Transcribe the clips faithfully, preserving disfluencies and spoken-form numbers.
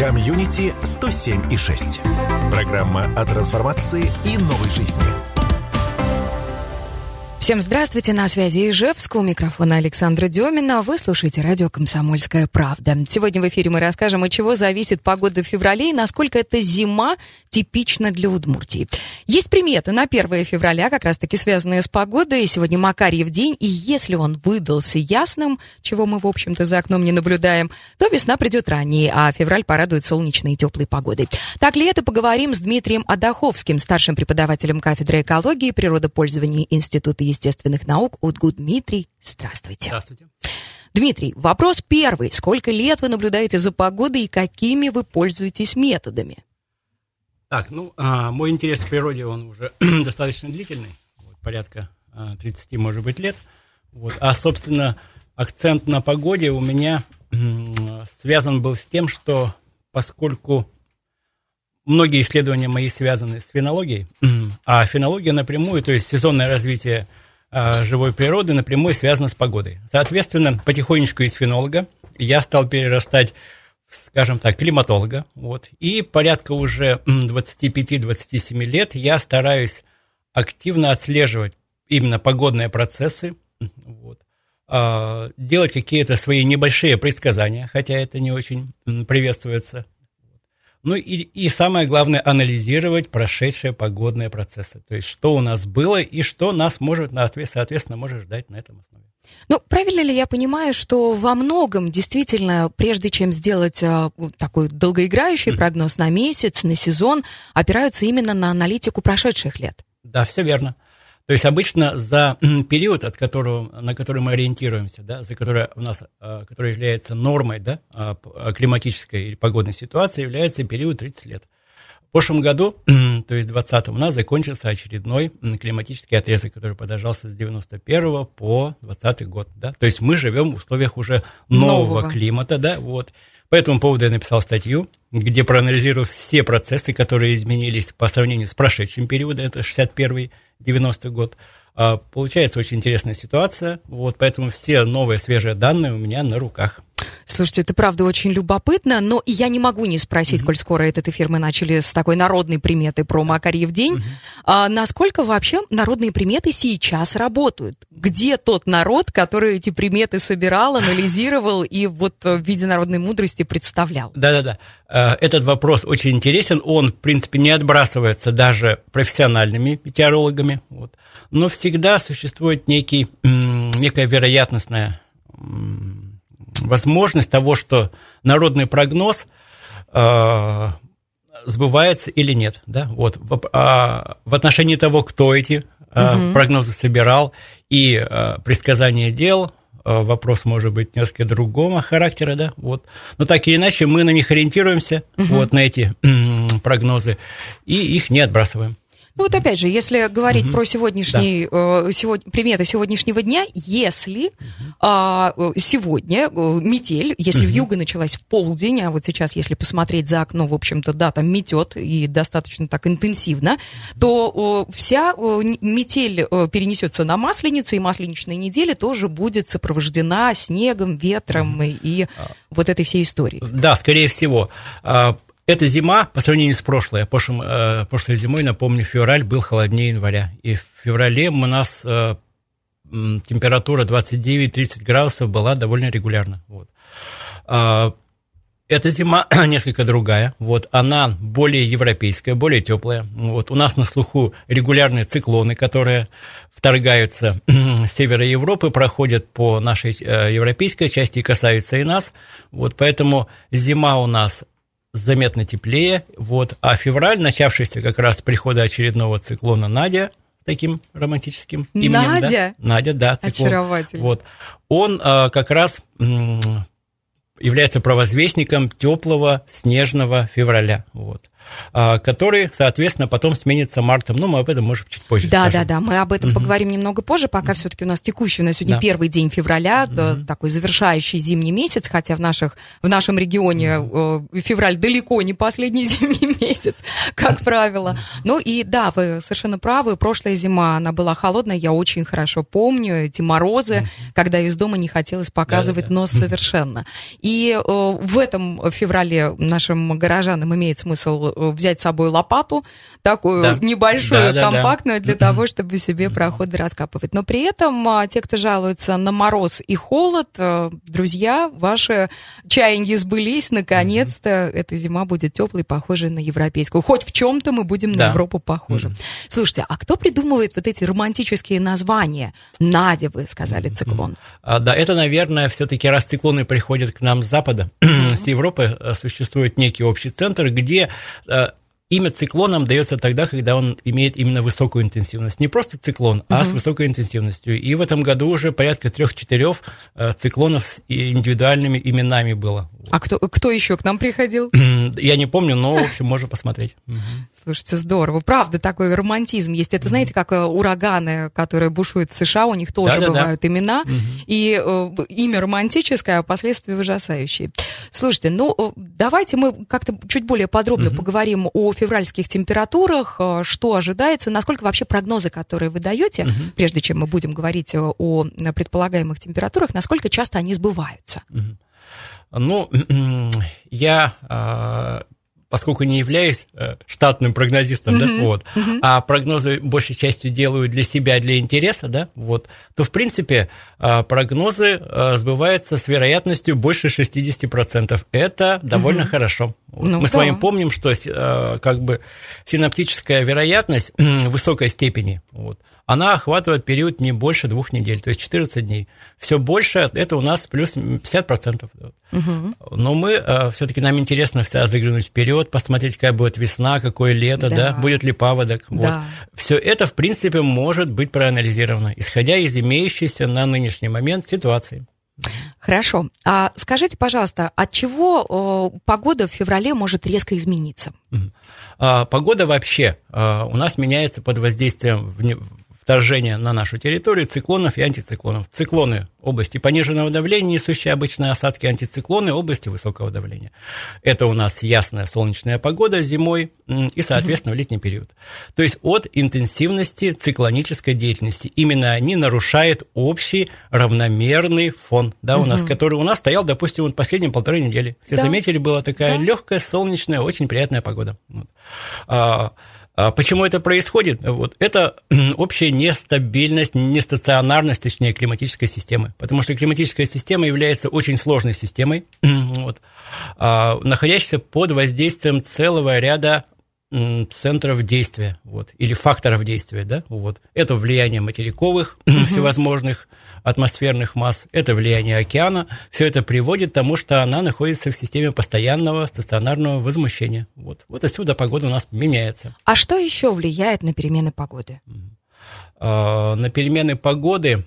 Комьюнити сто семь и шесть. Программа о трансформации и новой жизни. Всем здравствуйте, на связи Ижевск, у микрофона Александра Демина. Вы слушаете радио «Комсомольская правда». Сегодня в эфире мы расскажем, от чего зависит погода в феврале и насколько эта зима типична для Удмуртии. Есть приметы на первое февраля, как раз-таки связанные с погодой. Сегодня Макарьев день, и если он выдался ясным, чего мы, в общем-то, за окном не наблюдаем, то весна придет ранее, а февраль порадует солнечной и теплой погодой. Так ли это, поговорим с Дмитрием Адаховским, старшим преподавателем кафедры экологии и природопользования Института естественных наук УДГУ. Дмитрий, здравствуйте. Здравствуйте. Дмитрий, вопрос первый. Сколько лет вы наблюдаете за погодой и какими вы пользуетесь методами? Так, ну, а, мой интерес в природе, он уже достаточно длительный, вот, порядка а, тридцать, может быть, лет. Вот, а, собственно, акцент на погоде у меня м, связан был с тем, что поскольку многие исследования мои связаны с фенологией, а фенология напрямую, то есть сезонное развитие а, живой природы, напрямую связано с погодой. Соответственно, потихонечку из фенолога я стал перерастать, скажем так, климатолога, вот, и порядка уже двадцать пять - двадцать семь лет я стараюсь активно отслеживать именно погодные процессы, вот, а, делать какие-то свои небольшие предсказания, хотя это не очень приветствуется. Ну и, и самое главное, анализировать прошедшие погодные процессы. То есть, что у нас было и что нас может, соответственно, может ждать на этом основе. Ну, правильно ли я понимаю, что во многом, действительно, прежде чем сделать а, такой долгоиграющий mm-hmm. прогноз на месяц, на сезон, опираются именно на аналитику прошедших лет? Да, все верно. То есть обычно за период, от которого, на который мы ориентируемся, да, за который у нас, который является нормой, да, климатической или погодной ситуации, является период тридцать лет. В прошлом году, то есть двадцатом, у нас закончился очередной климатический отрезок, который продолжался с девяносто первого по двадцатый год. Да? То есть мы живем в условиях уже нового, нового. климата. Да? Вот. По этому поводу я написал статью, где проанализировал все процессы, которые изменились по сравнению с прошедшим периодом, это шестьдесят первый - девяностый год. Получается очень интересная ситуация, вот, поэтому все новые свежие данные у меня на руках. Слушайте, это правда очень любопытно, но и я не могу не спросить, mm-hmm. коль скоро этот эфир мы начали с такой народной приметы про Макарьев день, mm-hmm. а насколько вообще народные приметы сейчас работают? Где тот народ, который эти приметы собирал, анализировал и вот в виде народной мудрости представлял? Да-да-да, этот вопрос очень интересен, он, в принципе, не отбрасывается даже профессиональными метеорологами, вот. Но всегда существует некий, некая вероятностная возможность того, что народный прогноз э, сбывается или нет. Да? Вот. В, а, в отношении того, кто эти э, угу. прогнозы собирал и э, предсказания делал, э, вопрос может быть несколько другого характера. Да? Вот. Но так или иначе мы на них ориентируемся, угу. вот, на эти э, прогнозы, и их не отбрасываем. Ну вот опять же, если говорить угу. про сегодняшний, да. э, сегодня, приметы сегодняшнего дня, если э, сегодня э, метель, если угу. вьюга началась в полдень, а вот сейчас, если посмотреть за окно, в общем-то, да, там метет и достаточно так интенсивно, то э, вся э, метель э, перенесется на Масленицу, и масленичная неделя тоже будет сопровождена снегом, ветром и, и вот этой всей историей. Да, скорее всего. Эта зима, по сравнению с прошлой, прошлым, э, прошлой зимой, напомню, февраль был холоднее января. И в феврале у нас э, температура двадцать девять - тридцать градусов была довольно регулярно. Вот. Э, эта зима несколько другая. Вот. Она более европейская, более теплая. Вот. У нас на слуху регулярные циклоны, которые вторгаются с севера Европы, проходят по нашей э, европейской части и касаются и нас. Вот. Поэтому зима у нас заметно теплее, вот, а февраль, начавшийся как раз с прихода очередного циклона Надя, с таким романтическим именем. Надя? Да? Надя, да, циклон. Очаровательно. Вот, он а, как раз м, является провозвестником теплого снежного февраля, вот. который, соответственно, потом сменится мартом. Ну, мы об этом, может, чуть позже да, скажем. Да, да, мы об этом угу. поговорим немного позже, пока угу. все-таки у нас текущий, у нас сегодня да. первый день февраля, угу. да, такой завершающий зимний месяц, хотя в, наших, в нашем регионе угу. э, февраль далеко не последний зимний месяц, как правило. Ну и да, вы совершенно правы, прошлая зима, она была холодная, я очень хорошо помню эти морозы, угу. когда из дома не хотелось показывать да, да, да. нос совершенно. И э, в этом феврале нашим горожанам имеет смысл взять с собой лопату, такую да. небольшую, да, компактную, да, да. для того, чтобы себе проходы раскапывать. Но при этом те, кто жалуется на мороз и холод, друзья, ваши чаянья сбылись, наконец-то эта зима будет теплой, похожей на европейскую. Хоть в чем-то мы будем да. на Европу похожи. Mm-hmm. Слушайте, а кто придумывает вот эти романтические названия? Надя, вы сказали, циклон. Mm-hmm. А, да, это, наверное, все-таки раз циклоны приходят к нам с запада, mm-hmm. с Европы, существует некий общий центр, где имя циклоном дается тогда, когда он имеет именно высокую интенсивность. Не просто циклон, uh-huh. а с высокой интенсивностью. И в этом году уже порядка трех-четырех циклонов с индивидуальными именами было. А кто, кто еще к нам приходил? Я не помню, но, в общем, можно посмотреть. Слушайте, здорово. Правда, такой романтизм есть. Это, знаете, как ураганы, которые бушуют в США, у них тоже да, бывают да, да. имена. Угу. И э, имя романтическое, а последствия ужасающие. Слушайте, ну, давайте мы как-то чуть более подробно угу. поговорим о февральских температурах, что ожидается, насколько вообще прогнозы, которые вы даете, угу. прежде чем мы будем говорить о предполагаемых температурах, насколько часто они сбываются? Угу. Ну, я... поскольку не являюсь штатным прогнозистом, uh-huh, да, вот, uh-huh. а прогнозы большей частью делаю для себя, для интереса, да, вот, то, в принципе, прогнозы сбываются с вероятностью больше шестьдесят процентов. Это довольно uh-huh. хорошо. Вот. Ну, Мы да. с вами помним, что как бы синоптическая вероятность высокой степени, вот, она охватывает период не больше двух недель, то есть четырнадцать дней. Все больше, это у нас плюс пятьдесят процентов. Угу. Но мы, э, все-таки нам интересно всегда заглянуть вперед, посмотреть, какая будет весна, какое лето, да. Да, будет ли паводок. Да. Вот. Все это, в принципе, может быть проанализировано, исходя из имеющейся на нынешний момент ситуации. Хорошо. А скажите, пожалуйста, от чего э, погода в феврале может резко измениться? А, погода вообще а, у нас меняется под воздействием в, вторжения на нашу территорию циклонов и антициклонов. Циклоны – области пониженного давления, несущие обычные осадки, антициклоны – области высокого давления. Это у нас ясная солнечная погода зимой и, соответственно, в летний период. То есть от интенсивности циклонической деятельности. Именно они нарушают общий равномерный фон, да, у нас, который у нас стоял, допустим, вот последние полторы недели. Все да. заметили, была такая да. легкая, солнечная, очень приятная погода. Вот. А, Почему это происходит? Вот. Это общая нестабильность, нестационарность, точнее, климатической системы. Потому что климатическая система является очень сложной системой, вот, находящейся под воздействием целого ряда центров действия, вот, или факторов действия. Да? Вот. Это влияние материковых uh-huh. всевозможных атмосферных масс, это влияние океана. Все это приводит к тому, что она находится в системе постоянного стационарного возмущения. Вот, вот отсюда погода у нас меняется. А что еще влияет на перемены погоды? А, на перемены погоды...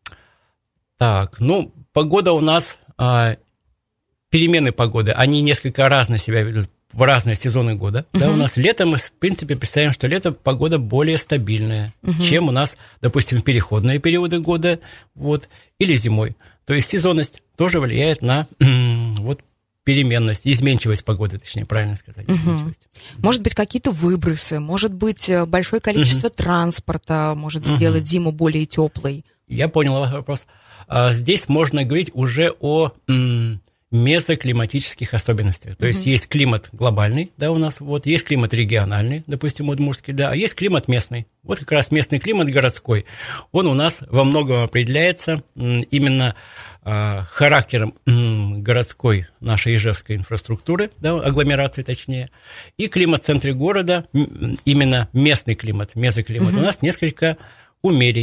Так, ну, погода у нас... А, перемены погоды, они несколько разно себя ведут в разные сезоны года. Uh-huh. Да, у нас летом мы, в принципе, представим, что лето погода более стабильная, uh-huh. чем у нас, допустим, в переходные периоды года, вот, или зимой. То есть сезонность тоже влияет на вот, переменность, изменчивость погоды, точнее, правильно сказать. Uh-huh. Может быть, какие-то выбросы, может быть, большое количество uh-huh. транспорта может uh-huh. сделать зиму более теплой. Я понял ваш вопрос. Здесь можно говорить уже о... мезоклиматических особенностях. То mm-hmm. есть есть климат глобальный, да, у нас, вот, есть климат региональный, допустим, удмуртский, да, а есть климат местный. Вот как раз местный климат городской, он у нас во многом определяется именно э, характером э, городской нашей ижевской инфраструктуры, да, агломерации точнее, и климат в центре города, именно местный климат, мезоклимат, mm-hmm. у нас несколько умеренней,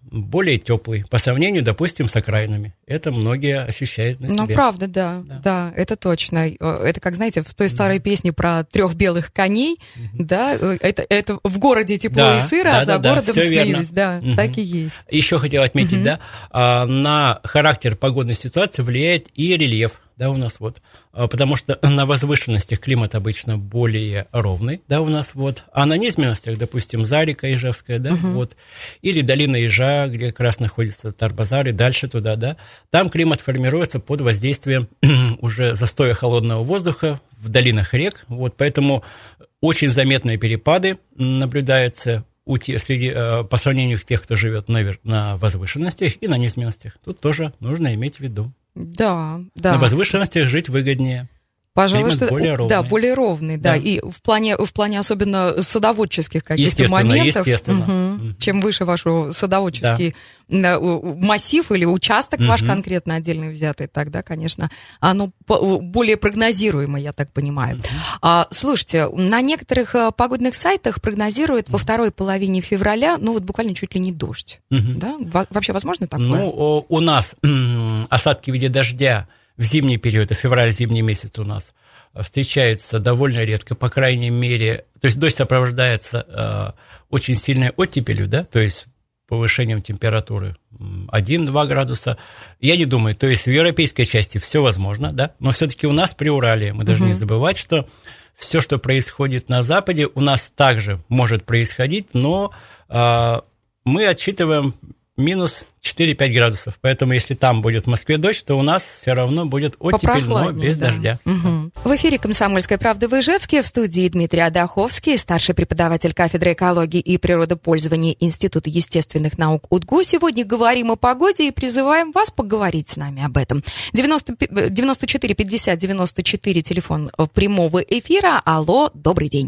более теплый по сравнению, допустим, с окраинами. Это многие ощущают на себе. Ну, правда, да, да, да, это точно. Это, как, знаете, в той старой да. песне про трех белых коней, угу. да, это, это в городе тепло да, и сыро, да, а за да, городом да, смеюсь, да, угу. так и есть. Еще хотел отметить, угу. да, на характер погодной ситуации влияет и рельеф. Да, у нас вот, потому что на возвышенностях климат обычно более ровный, да, у нас вот, а на низменностях, допустим, Зарика Ижевская, да, uh-huh. вот, или долина Ижа, где как раз находится Тарбазар, и дальше туда, да, там климат формируется под воздействием уже застоя холодного воздуха в долинах рек, вот, поэтому очень заметные перепады наблюдаются у те, среди, по сравнению с тех, кто живет на, на возвышенностях и на низменностях. Тут тоже нужно иметь в виду. Да, да. На возвышенностях жить выгоднее. Пожалуй, что более ровный. Да, более ровный, да. да. И в плане, в плане особенно садоводческих каких-то моментов. Естественно. Угу. Чем выше ваш садоводческий да. массив или участок угу. ваш конкретно отдельно взятый, тогда, конечно, оно более прогнозируемо, я так понимаю. Угу. А, слушайте, на некоторых погодных сайтах прогнозируют угу. во второй половине февраля, ну вот буквально чуть ли не дождь. Угу. Да? Вообще возможно такое? Ну, у нас осадки в виде дождя в зимний период, а февраль-зимний месяц у нас встречаются довольно редко, по крайней мере, то есть дождь сопровождается э, очень сильной оттепелью, да, то есть повышением температуры один-два градуса. Я не думаю, то есть в европейской части все возможно, да, но все-таки у нас Приуралье, мы должны uh-huh. не забывать, что все, что происходит на Западе, у нас также может происходить, но э, мы отсчитываем минус четыре-пять градусов. Поэтому, если там будет в Москве дождь, то у нас все равно будет оттепель, но без да. дождя. Угу. В эфире «Комсомольской правды» в Ижевске. В студии Дмитрий Адаховский, старший преподаватель кафедры экологии и природопользования Института естественных наук УДГУ. Сегодня говорим о погоде и призываем вас поговорить с нами об этом. девяносто четыре пятьдесят девяносто четыре, телефон прямого эфира. Алло, добрый день.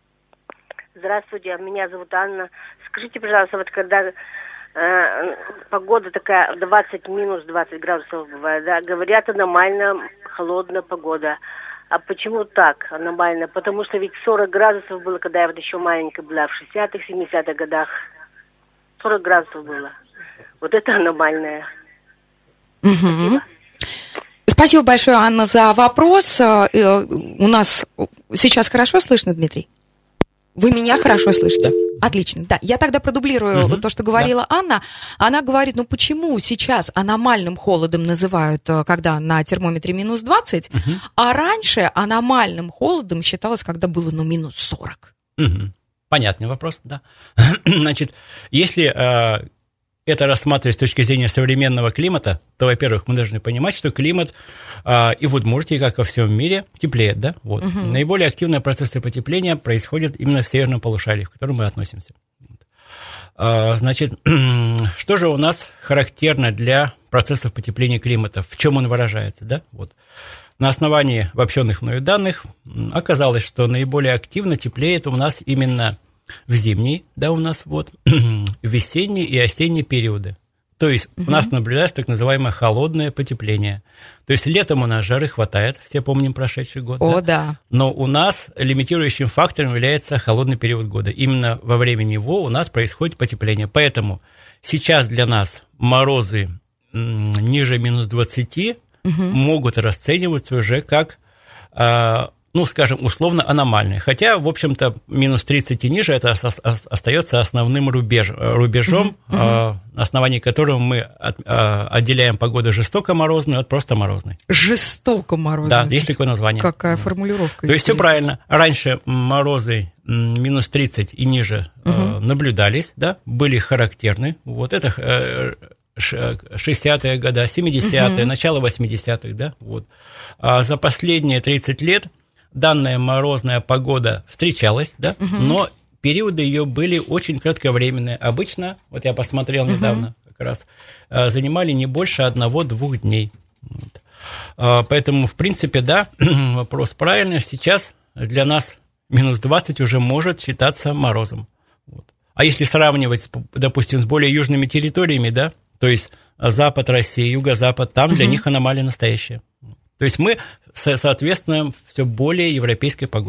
Здравствуйте, меня зовут Анна. Скажите, пожалуйста, вот когда... погода такая двадцать минус двадцать градусов бывает, да, говорят аномально холодная погода. А почему так аномально? Потому что ведь сорок градусов было, когда я вот еще маленькая была, в шестидесятых, семидесятых годах. сорок градусов было. Вот это аномальное. Угу. Спасибо. Спасибо большое, Анна, за вопрос. У нас сейчас хорошо слышно, Дмитрий? Вы меня хорошо слышите? Да. Отлично, да. Я тогда продублирую угу. то, что говорила да. Анна. Она говорит, ну почему сейчас аномальным холодом называют, когда на термометре минус двадцать, угу. а раньше аномальным холодом считалось, когда было, ну, минус сорок. Угу. Понятный вопрос, да. Значит, если э, это рассматривать с точки зрения современного климата, то, во-первых, мы должны понимать, что климат э, и в Удмуртии, как и во всем мире, теплеет, да? Вот. Угу. Наиболее активные процессы потепления происходят именно в северном полушарии, к которому мы относимся. Э, значит, что же у нас характерно для процессов потепления климата? В чем он выражается, да? Вот. На основании обобщенных мною данных оказалось, что наиболее активно теплеет у нас именно в зимние, да, у нас вот, весенние и осенние периоды. То есть угу. у нас наблюдается так называемое холодное потепление. То есть летом у нас жары хватает, все помним прошедший год. О, да? да. Но у нас лимитирующим фактором является холодный период года. Именно во время него у нас происходит потепление. Поэтому сейчас для нас морозы м, ниже минус двадцати угу. могут расцениваться уже как... А, ну, скажем, условно аномальные. Хотя, в общем-то, минус тридцать и ниже это остается основным рубеж, рубежом, uh-huh, uh-huh. на основании которого мы от, отделяем погоду жестоко морозную от просто морозной. Жестоко морозной. Да, есть такое название. Какая формулировка. То есть все правильно. Раньше морозы минус тридцать и ниже uh-huh. наблюдались, да, были характерны. Вот это шестидесятые годы, семидесятые, uh-huh. начало восьмидесятых, да, вот. А за последние тридцать лет данная морозная погода встречалась, да, угу. но периоды ее были очень кратковременные. Обычно, вот я посмотрел угу. недавно, как раз, занимали не больше одного-двух дней. Вот. Поэтому, в принципе, да, вопрос правильный. Сейчас для нас минус двадцать уже может считаться морозом. Вот. А если сравнивать, допустим, с более южными территориями, да, то есть запад России, юго-запад, там угу. для них аномалия настоящая. То есть мы соответствуем все более европейской погоде.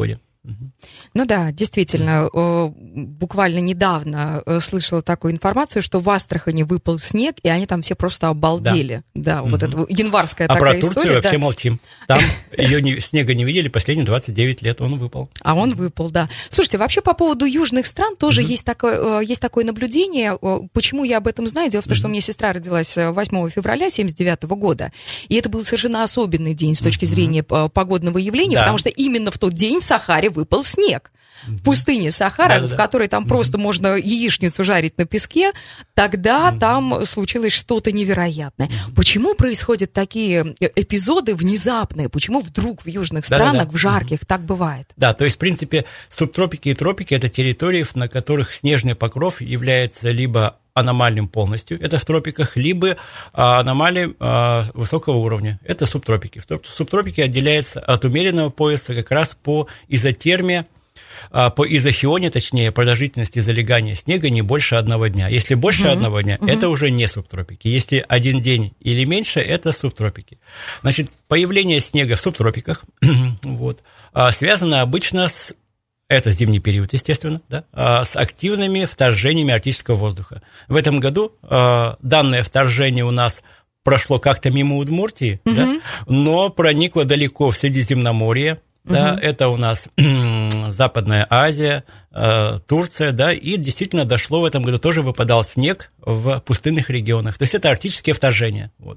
Ну да, действительно, буквально недавно слышала такую информацию, что в Астрахани выпал снег, и они там все просто обалдели. Да, да угу. вот это январская а такая история. А про Турцию да. вообще молчим. Там ее не, снега не видели последние двадцать девять лет, он выпал. А он выпал, да. Слушайте, вообще по поводу южных стран тоже угу. есть, такое, есть такое наблюдение. Почему я об этом знаю? Дело в том, угу. что у меня сестра родилась восьмого февраля семьдесят девятого года, и это был совершенно особенный день с точки угу. зрения погодного явления, да. потому что именно в тот день в Сахаре выпал снег. В пустыне Сахара, да, да, в которой там да. просто можно яичницу жарить на песке, тогда mm-hmm. там случилось что-то невероятное. Mm-hmm. Почему происходят такие эпизоды внезапные? Почему вдруг в южных да, странах, да, да. в жарких, mm-hmm. так бывает? Да, то есть, в принципе, субтропики и тропики – это территории, на которых снежный покров является либо аномальным полностью, это в тропиках, либо аномалией высокого уровня, это субтропики. Субтропики отделяются от умеренного пояса как раз по изотерме, по изохионе, точнее, продолжительности залегания снега не больше одного дня. Если больше uh-huh. одного дня, uh-huh. это уже не субтропики. Если один день или меньше, это субтропики. Значит, появление снега в субтропиках вот, связано обычно с... Это зимний период, естественно, да, с активными вторжениями арктического воздуха. В этом году данное вторжение у нас прошло как-то мимо Удмуртии, uh-huh. да, но проникло далеко в Средиземноморье. Да, угу. это у нас Западная Азия, э, Турция, да, и действительно дошло в этом году, тоже выпадал снег в пустынных регионах. То есть это арктические вторжения. Вот.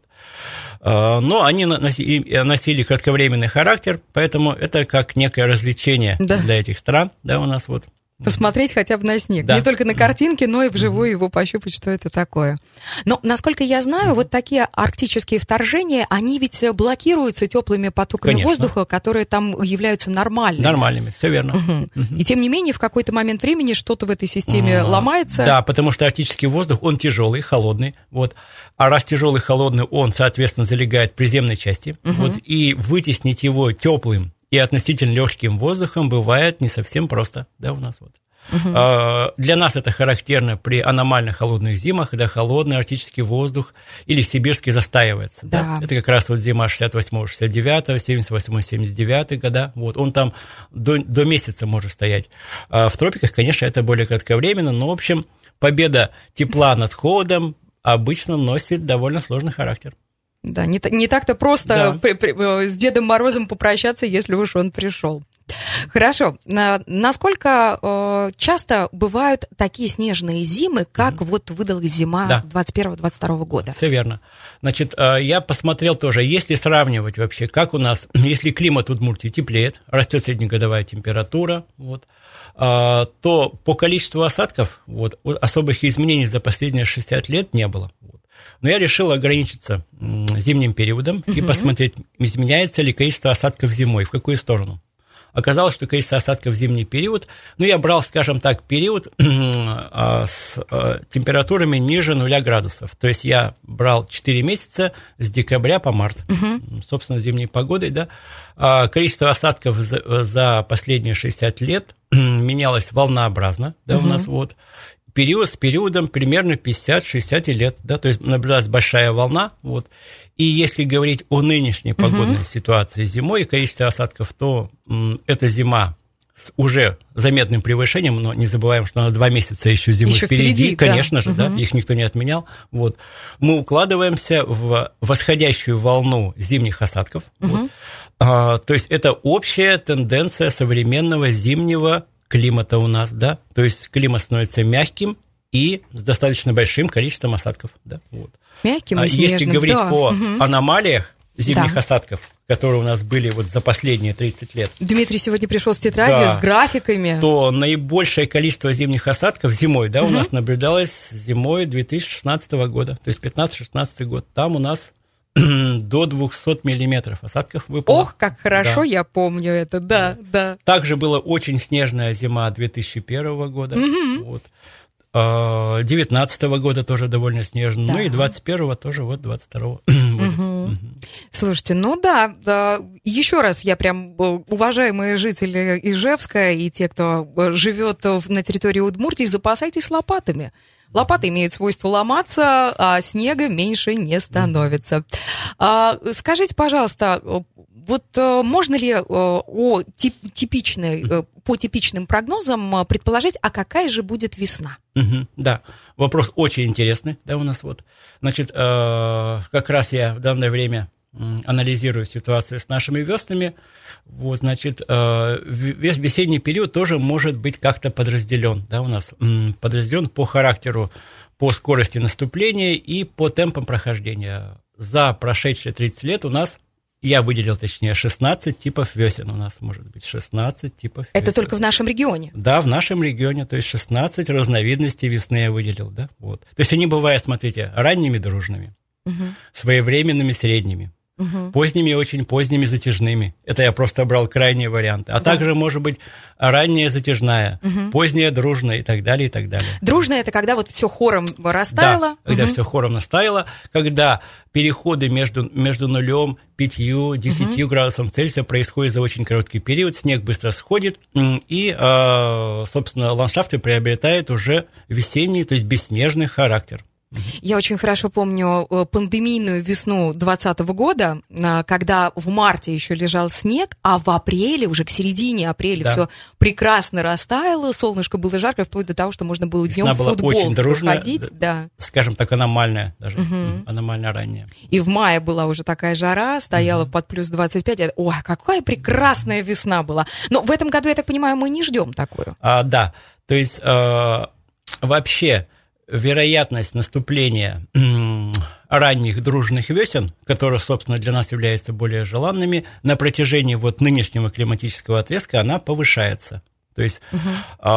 Э, но они носили, носили кратковременный характер, поэтому это как некое развлечение да. для этих стран, да, у нас вот. Посмотреть хотя бы на снег. Да. Не только на картинке, но и вживую его пощупать, что это такое. Но, насколько я знаю, вот такие арктические вторжения, они ведь блокируются теплыми потоками Конечно. воздуха, которые там являются нормальными. Нормальными, все верно. Угу. Угу. И тем не менее, в какой-то момент времени что-то в этой системе угу. ломается. Да, потому что арктический воздух, он тяжелый, холодный. Вот. А раз тяжелый, холодный, он, соответственно, залегает в приземной части. Угу. Вот, и вытеснить его теплым и относительно легким воздухом бывает не совсем просто, да, у нас вот. Uh-huh. Для нас это характерно при аномально холодных зимах, когда холодный арктический воздух или сибирский застаивается. Да. Да? Это как раз вот зима шестьдесят восьмого шестьдесят девятого, семьдесят восьмого семьдесят девятого года. Вот, он там до, до месяца может стоять. А в тропиках, конечно, это более кратковременно, но, в общем, победа тепла над холодом обычно носит довольно сложный характер. Да, не, не так-то просто да. при, при, с Дедом Морозом попрощаться, если уж он пришел. Хорошо. Насколько э, часто бывают такие снежные зимы, как mm-hmm. вот выдалась зима да. двадцать первого двадцать второго года? Все верно. Значит, э, я посмотрел тоже, если сравнивать вообще, как у нас, если климат в Удмуртии теплеет, растет среднегодовая температура, вот, э, то по количеству осадков вот, особых изменений за последние шестьдесят лет не было. Вот. Но я решил ограничиться зимним периодом uh-huh. и посмотреть, изменяется ли количество осадков зимой, в какую сторону. Оказалось, что количество осадков в зимний период, ну, я брал, скажем так, период с температурами ниже нуля градусов. То есть я брал четыре месяца с декабря по март, uh-huh. собственно, зимней погодой, да. Количество осадков за, за последние шестьдесят лет менялось волнообразно, да, uh-huh. у нас вот. Период с периодом примерно пятьдесят-шестьдесят лет, да, то есть наблюдалась большая волна, вот. И если говорить о нынешней погодной uh-huh. ситуации зимой и количестве осадков, то м, эта зима с уже заметным превышением, но не забываем, что у нас два месяца еще зимы еще впереди, впереди, конечно да. же, uh-huh. да, их никто не отменял, вот. Мы укладываемся в восходящую волну зимних осадков, uh-huh. вот. а, то есть это общая тенденция современного зимнего климата у нас, да, то есть климат становится мягким и с достаточно большим количеством осадков, да, вот. Мягким и а снежным, если говорить да. о угу. аномалиях зимних да. осадков, которые у нас были вот за последние тридцать лет. Дмитрий сегодня пришел с тетрадью, да, с графиками. То наибольшее количество зимних осадков зимой, да, угу. у нас наблюдалось зимой две тысячи шестнадцатого года, то есть пятнадцатый-шестнадцатый год, там у нас до двухсот миллиметров осадков выпало. Ох, как хорошо, да. я помню это, да, да. Также была очень снежная зима две тысячи первого года, угу. вот. девятнадцатого года тоже довольно снежно, да. ну и двадцать первого тоже, вот двадцать второго. Угу. Угу. Слушайте, ну да, да, еще раз я прям, уважаемые жители Ижевска и те, кто живет на территории Удмуртии, запасайтесь лопатами. Лопаты имеют свойство ломаться, а снега меньше не становится. А, скажите, пожалуйста, вот можно ли о тип, типичной, по типичным прогнозам предположить, а какая же будет весна? Угу, да, вопрос очень интересный, да, у нас вот. Значит, как раз я в данное время анализирую ситуацию с нашими веснами. Вот, значит, весь весенний период тоже может быть как-то подразделен, да, у нас подразделен по характеру, по скорости наступления и по темпам прохождения. За прошедшие тридцать лет у нас, я выделил, точнее, шестнадцать типов весен. У нас может быть шестнадцать типов весен. Это только в нашем регионе? Да, в нашем регионе, то есть шестнадцать разновидностей весны я выделил, да, вот. То есть они бывают, смотрите, ранними дружными, угу. своевременными средними, угу. поздними, очень поздними затяжными. Это я просто брал крайние варианты. А да. также может быть ранняя затяжная, угу. поздняя дружная и так далее, и так далее. Дружная – это когда вот все хором растаяло? Да, когда угу. все хором растаяло, когда переходы между, между нулем, пятью, десятью угу. градусом Цельсия происходят за очень короткий период, снег быстро сходит, и, собственно, ландшафты приобретают уже весенний, то есть бесснежный характер. Я очень хорошо помню пандемийную весну двадцатого года, когда в марте еще лежал снег, а в апреле, уже к середине апреля, да. все прекрасно растаяло, солнышко было жарко, вплоть до того, что можно было днем в футбол выходить. Да. Скажем так, аномальная даже, угу. аномально ранняя. И в мае была уже такая жара, стояла угу. под плюс двадцать пять. Ой, какая прекрасная весна была. Но в этом году, я так понимаю, мы не ждем такую. А, да, то есть а, вообще... вероятность наступления ранних дружных весен, которые, собственно, для нас являются более желанными, на протяжении вот нынешнего климатического отрезка, она повышается. То есть, угу.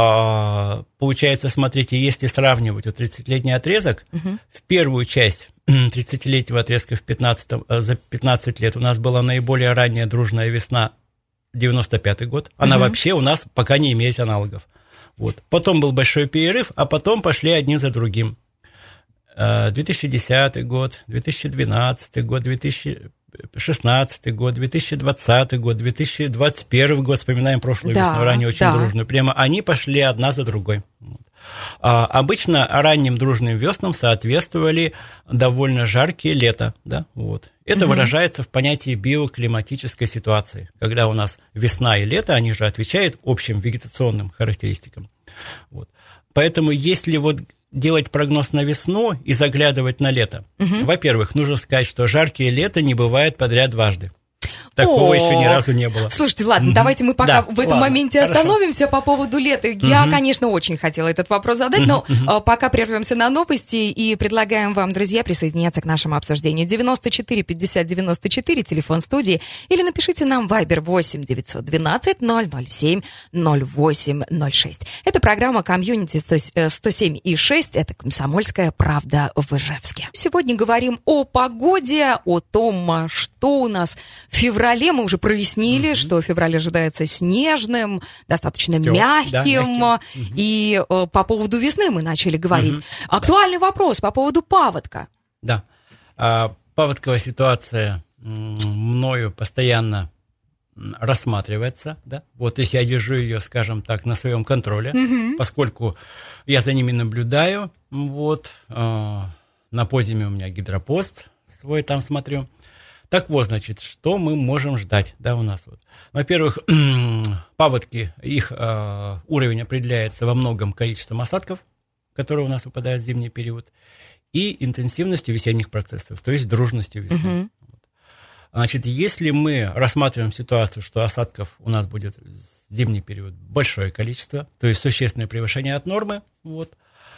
а, получается, смотрите, если сравнивать вот тридцатилетний отрезок, угу. в первую часть тридцатилетнего отрезка в пятнадцатом, за пятнадцать лет у нас была наиболее ранняя дружная весна, девяносто пятый год. Она угу. вообще у нас пока не имеет аналогов. Вот. Потом был большой перерыв, а потом пошли один за другим. две тысячи десятый год, две тысячи двенадцатый год, две тысячи шестнадцатый год, две тысячи двадцатый год, две тысячи двадцать первый год, вспоминаем прошлую да, весну, ранее очень да. дружную. Прямо они пошли одна за другой. Вот. А, обычно ранним дружным веснам соответствовали довольно жаркие лета. Да? Вот. Это угу. выражается в понятии биоклиматической ситуации, когда у нас весна и лето, они же отвечают общим вегетационным характеристикам. Вот. Поэтому если вот делать прогноз на весну и заглядывать на лето, угу. во-первых, нужно сказать, что жаркие лета не бывает подряд дважды. Такого О, еще ни разу не было. Слушайте, ладно, mm-hmm. давайте мы пока да, в этом ладно, моменте хорошо. остановимся по поводу лета. Я, mm-hmm. конечно, очень хотела этот вопрос задать, mm-hmm. но mm-hmm. пока прервемся на новости и предлагаем вам, друзья, присоединяться к нашему обсуждению. девяносто четыре пятьдесят девяносто четыре, телефон студии, или напишите нам в Viber восемь девятьсот двенадцать ноль ноль семь ноль восемь ноль шесть. Это программа «Комьюнити сто семь и шесть», это «Комсомольская правда» в Ижевске. Сегодня говорим о погоде, о том, что у нас в феврале. Мы уже прояснили, mm-hmm. что февраль ожидается снежным, достаточно Тёп, мягким. Да, мягким. Mm-hmm. И э, по поводу весны мы начали говорить. Mm-hmm. Актуальный вопрос по поводу паводка. Да. А, паводковая ситуация мною постоянно рассматривается. Да? Вот, то есть я держу ее, скажем так, на своем контроле, mm-hmm. поскольку я за ними наблюдаю. Вот, э, на подиуме у меня гидропост свой там смотрю. Так вот, значит, что мы можем ждать, да, у нас вот. Во-первых, паводки, их э, уровень определяется во многом количеством осадков, которые у нас выпадают в зимний период, и интенсивностью весенних процессов, то есть дружностью весны. Uh-huh. Вот. Значит, если мы рассматриваем ситуацию, что осадков у нас будет в зимний период большое количество, то есть существенное превышение от нормы, вот,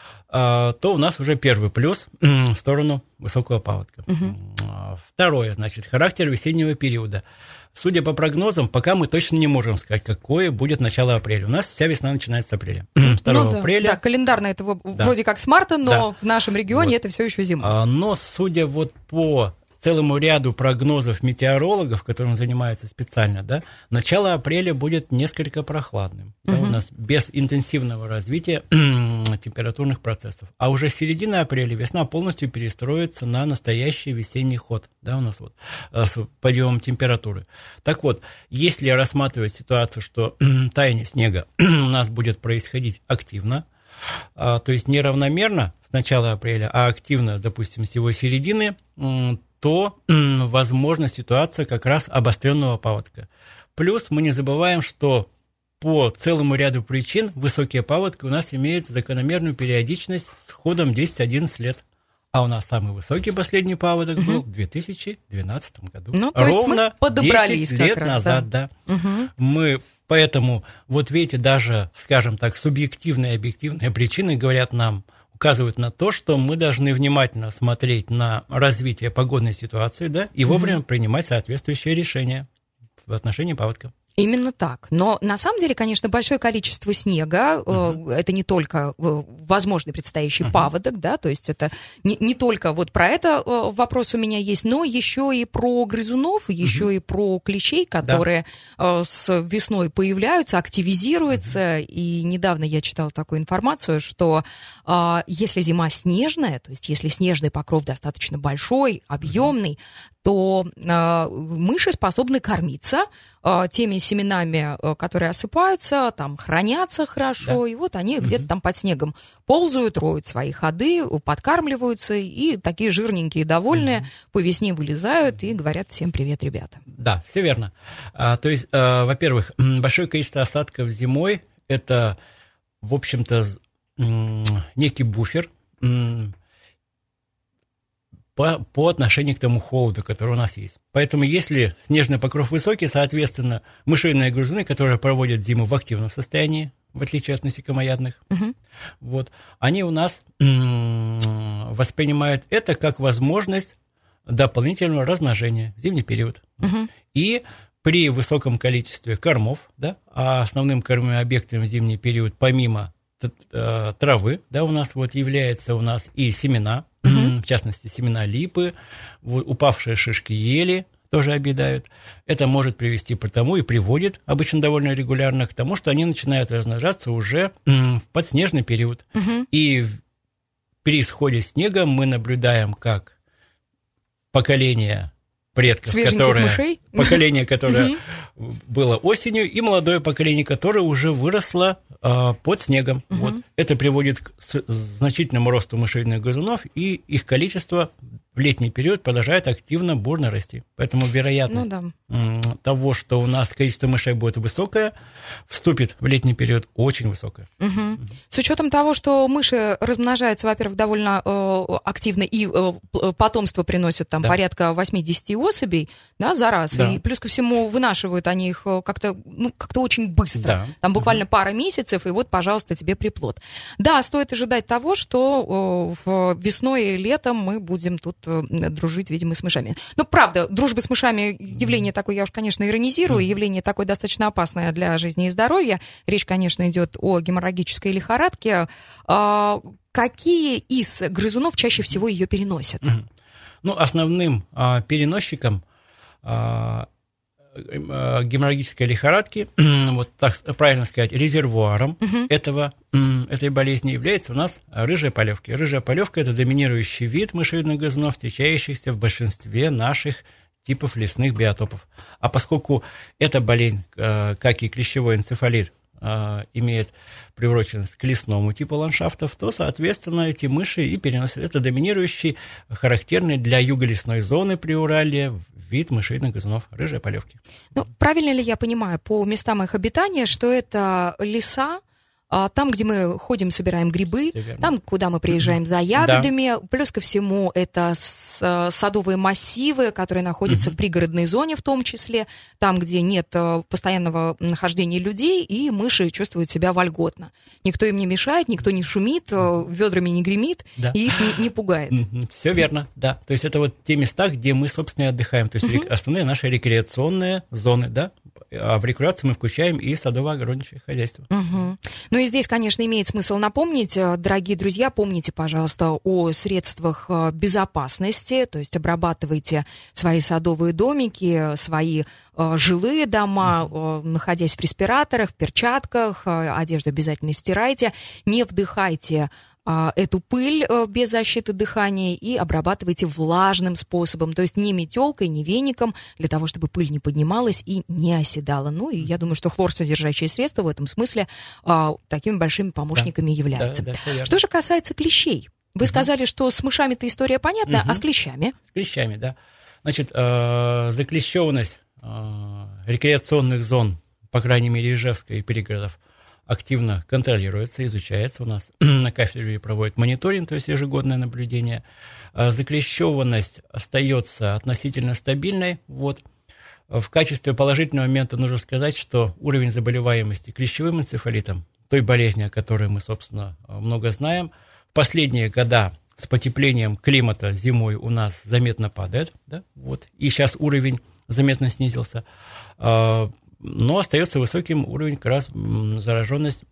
то у нас уже первый плюс в сторону высокого паводка. Угу. Второе, значит, характер весеннего периода. Судя по прогнозам, пока мы точно не можем сказать, какое будет начало апреля. У нас вся весна начинается с апреля. второго ну, да, апреля. Да, календарно это да. вроде как с марта, но да. в нашем регионе вот. это все еще зима. Но судя вот по целому ряду прогнозов метеорологов, которым занимаются специально, да, начало апреля будет несколько прохладным. Uh-huh. Да, у нас без интенсивного развития температурных процессов. А уже с середины апреля весна полностью перестроится на настоящий весенний ход, да, у нас вот с подъемом температуры. Так вот, если рассматривать ситуацию, что таяние снега у нас будет происходить активно, а, то есть неравномерно с начала апреля, а активно, допустим, с его середины, то возможна ситуация как раз обостренного паводка. Плюс мы не забываем, что по целому ряду причин высокие паводки у нас имеют закономерную периодичность с ходом десять-одиннадцать лет. А у нас самый высокий последний паводок угу. был в две тысячи двенадцатом году. Ну, то ровно десять лет раз, назад, да. да. Угу. Мы поэтому, вот видите, даже, скажем так, субъективные и объективные причины говорят нам, указывают на то, что мы должны внимательно смотреть на развитие погодной ситуации, да, и вовремя угу. принимать соответствующие решения в отношении паводка. Именно так. Но на самом деле, конечно, большое количество снега, uh-huh. э, это не только э, возможный предстоящий uh-huh. паводок, да, то есть это не, не только вот про это э, вопрос у меня есть, но еще и про грызунов, еще uh-huh. и про клещей, которые да. э, с весной появляются, активизируются. Uh-huh. И недавно я читала такую информацию, что э, если зима снежная, то есть если снежный покров достаточно большой, объемный, uh-huh. то э, мыши способны кормиться э, теми семенами, э, которые осыпаются, там хранятся хорошо, да. и вот они угу. где-то там под снегом ползают, роют свои ходы, подкармливаются, и такие жирненькие, довольные, угу. по весне вылезают и говорят всем привет, ребята. Да, все верно. А, то есть, а, во-первых, большое количество осадков зимой – это, в общем-то, некий буфер, По, по отношению к тому холоду, который у нас есть. Поэтому если снежный покров высокий, соответственно, мышиные грызуны, которые проводят зиму в активном состоянии, в отличие от насекомоядных, uh-huh. вот, они у нас м- воспринимают это как возможность дополнительного размножения в зимний период. Uh-huh. И при высоком количестве кормов, да, а основным кормовым объектом в зимний период, помимо т- травы, да, у нас вот является у нас и семена, Uh-huh. в частности, семена липы, упавшие шишки ели тоже объедают. Это может привести к тому и приводит обычно довольно регулярно к тому, что они начинают размножаться уже в подснежный период. Uh-huh. И при исходе снега мы наблюдаем, как поколение предков, которое, мышей? поколение, которое uh-huh. было осенью, и молодое поколение, которое уже выросло э, под снегом. Uh-huh. Вот. Это приводит к значительному росту мышиных грызунов, и их количество в летний период продолжает активно, бурно расти. Поэтому вероятность ну, да. м, того, что у нас количество мышей будет высокое, вступит в летний период очень высокое. Uh-huh. Uh-huh. С учетом того, что мыши размножаются, во-первых, довольно э, активно, и э, потомство приносят там да. порядка восемьдесят особей, да, за раз, да. и плюс ко всему вынашивают они их как-то, ну, как-то очень быстро, да. там буквально uh-huh. пара месяцев, и вот, пожалуйста, тебе приплод. Да, стоит ожидать того, что э, весной и летом мы будем тут э, дружить, видимо, с мышами. Ну, правда, дружба с мышами, явление такое, я уж, конечно, иронизирую, uh-huh. явление такое достаточно опасное для жизни и здоровья. Речь, конечно, идет о геморрагической лихорадке. Э, какие из грызунов чаще всего ее переносят? Uh-huh. Ну, основным а, переносчиком а, а, геморрагической лихорадки, вот так правильно сказать, резервуаром uh-huh. этого, этой болезни является у нас рыжая полевка. Рыжая полевка – это доминирующий вид мышиных грызунов, встречающихся в большинстве наших типов лесных биотопов. А поскольку эта болезнь, как и клещевой энцефалит, имеет приуроченность к лесному типу ландшафтов, то, соответственно, эти мыши и переносят. Это доминирующий, характерный для юго-лесной зоны Приуралья вид мышиных грызунов рыжей полевки. Ну, правильно ли я понимаю по местам их обитания, что это леса, там, где мы ходим, собираем грибы, там, куда мы приезжаем за ягодами, да. плюс ко всему это садовые массивы, которые находятся uh-huh. в пригородной зоне в том числе, там, где нет постоянного нахождения людей, и мыши чувствуют себя вольготно. Никто им не мешает, никто не шумит, ведрами не гремит, да. и их не, не пугает. Uh-huh. Все верно, да. То есть это вот те места, где мы, собственно, отдыхаем, то есть uh-huh. основные наши рекреационные зоны, да. А в рекреацию мы включаем и садово-огородничье хозяйство. Uh-huh. Ну и здесь, конечно, имеет смысл напомнить, дорогие друзья, помните, пожалуйста, о средствах безопасности, то есть обрабатывайте свои садовые домики, свои э, жилые дома, э, находясь в респираторах, в перчатках, э, одежду обязательно стирайте, не вдыхайте а, эту пыль а, без защиты дыхания и обрабатываете влажным способом, то есть не метелкой, не веником, для того, чтобы пыль не поднималась и не оседала. Ну и я думаю, что хлорсодержащие средства в этом смысле а, такими большими помощниками да, являются. Да, да, что же касается клещей? Вы угу. сказали, что с мышами-то история понятна, угу. а с клещами? С клещами, да. Значит, э, заклещеванность э, рекреационных зон, по крайней мере, Ижевска и пригородов, активно контролируется, изучается. У нас на кафедре проводят мониторинг, то есть ежегодное наблюдение. Э, заклещеванность остается относительно стабильной. Вот. В качестве положительного момента нужно сказать, что уровень заболеваемости клещевым энцефалитом, той болезни, о которой мы, собственно, много знаем, в последние года с потеплением климата зимой у нас заметно падает, да, вот, и сейчас уровень заметно снизился, но остается высоким уровень как раз зараженность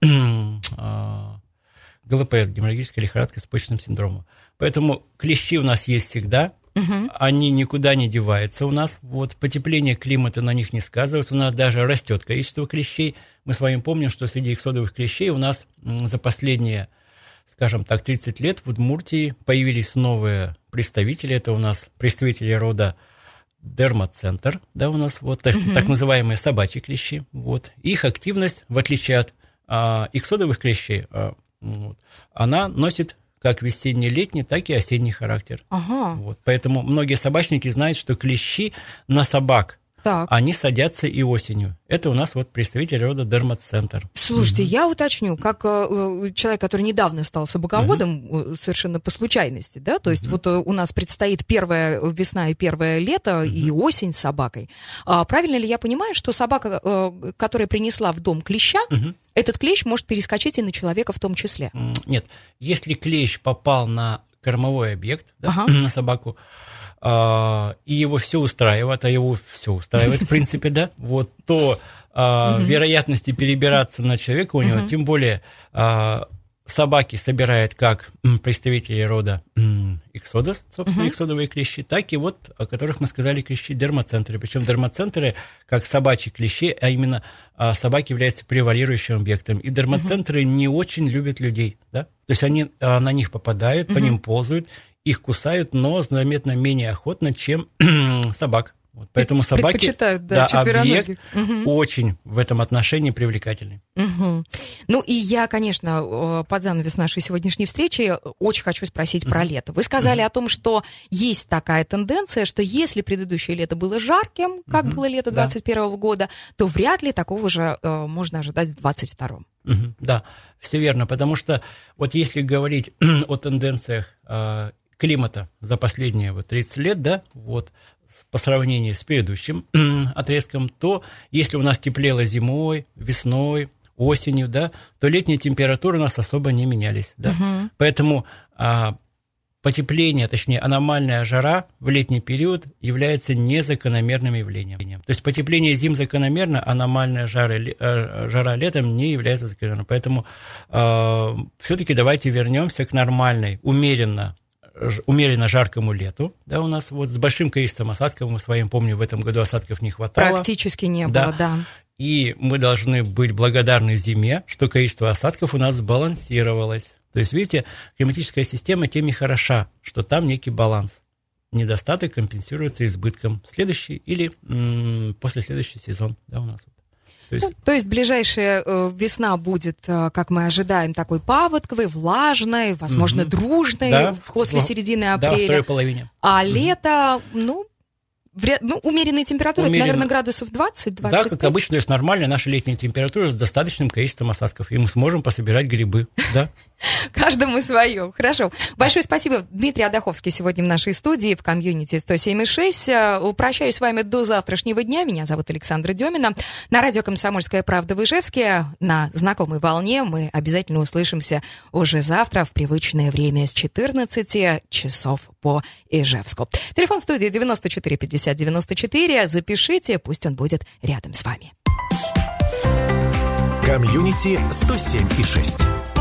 ГЛПС, геморрагической лихорадкой с почечным синдромом. Поэтому клещи у нас есть всегда, угу. они никуда не деваются у нас, вот, потепление климата на них не сказывается, у нас даже растет количество клещей. Мы с вами помним, что среди иксодовых клещей у нас за последние, скажем так, тридцать лет в Удмуртии появились новые представители. Это у нас представители рода Дермацентр, да, у нас вот так, mm-hmm. так называемые собачьи клещи. Вот. Их активность, в отличие от а, иксодовых клещей, а, вот, она носит как весенне-летний, так и осенний характер. Ага. Вот. Поэтому многие собачники знают, что клещи на собак, так. они садятся и осенью. Это у нас вот представитель рода Дермацентр. Слушайте, угу. я уточню, как э, человек, который недавно стал собаководом, угу. совершенно по случайности, да, то есть угу. вот э, у нас предстоит первая весна и первое лето, угу. и осень с собакой. А правильно ли я понимаю, что собака, э, которая принесла в дом клеща, угу. этот клещ может перескочить и на человека в том числе? Нет, если клещ попал на кормовой объект, да, ага. на собаку, Uh, и его все устраивает, а его все устраивает, в принципе, да, вот, то uh, uh-huh. вероятности перебираться на человека у него, uh-huh. тем более uh, собаки собирают как представители рода иксодос, собственно, uh-huh. иксодовые клещи, так и вот, о которых мы сказали, клещи дермацентры. Причем дермацентры, как собачьи клещи, а именно uh, собаки являются превалирующим объектом. И дермацентры uh-huh. не очень любят людей, да, то есть они uh, на них попадают, uh-huh. по ним ползают, их кусают, но заметно менее охотно, чем собак. Вот. Поэтому собаки, предпочитают, да, да, объект угу. очень в этом отношении привлекательный. Угу. Ну и я, конечно, под занавес нашей сегодняшней встречи очень хочу спросить угу. про лето. Вы сказали угу. о том, что есть такая тенденция, что если предыдущее лето было жарким, как угу. было лето двадцать первого да. года, то вряд ли такого же э, можно ожидать в двадцать втором. Угу. Да, все верно, потому что вот если говорить о тенденциях э, климата за последние вот тридцать лет, да, вот, по сравнению с предыдущим отрезком, то если у нас теплело зимой, весной, осенью, да, то летние температуры у нас особо не менялись, да. Угу. Поэтому а, потепление, точнее аномальная жара в летний период является незакономерным явлением. То есть потепление зим закономерно, аномальная жара, жара летом не является закономерной. Поэтому а, все-таки давайте вернемся к нормальной, умеренно умеренно жаркому лету, да, у нас вот с большим количеством осадков, мы с вами помним, в этом году осадков не хватало. Практически не да. было, да. И мы должны быть благодарны зиме, что количество осадков у нас сбалансировалось. То есть, видите, климатическая система тем и хороша, что там некий баланс. Недостаток компенсируется избытком. Следующий или м- после следующий сезон, да, у нас вот. То есть, ну, то есть ближайшая э, весна будет, э, как мы ожидаем, такой паводковой, влажной, возможно, угу. дружной, да, после середины апреля. Да, во второй половине. А угу. лето, ну, вря... ну, умеренные температуры, Умеренно... это, наверное, градусов двадцать-двадцать пять. Да, как обычно, то есть нормальная наша летняя температура с достаточным количеством осадков, и мы сможем пособирать грибы, да. Каждому свое. Хорошо. Большое спасибо. Дмитрий Адаховский сегодня в нашей студии в комьюнити сто семь и шесть. Прощаюсь с вами до завтрашнего дня. Меня зовут Александра Демина. На радио «Комсомольская правда» в Ижевске на знакомой волне мы обязательно услышимся уже завтра в привычное время с четырнадцати часов по Ижевску. Телефон студии девяносто четыре пятьдесят девяносто четыре. Запишите, пусть он будет рядом с вами. Комьюнити сто семь и шесть.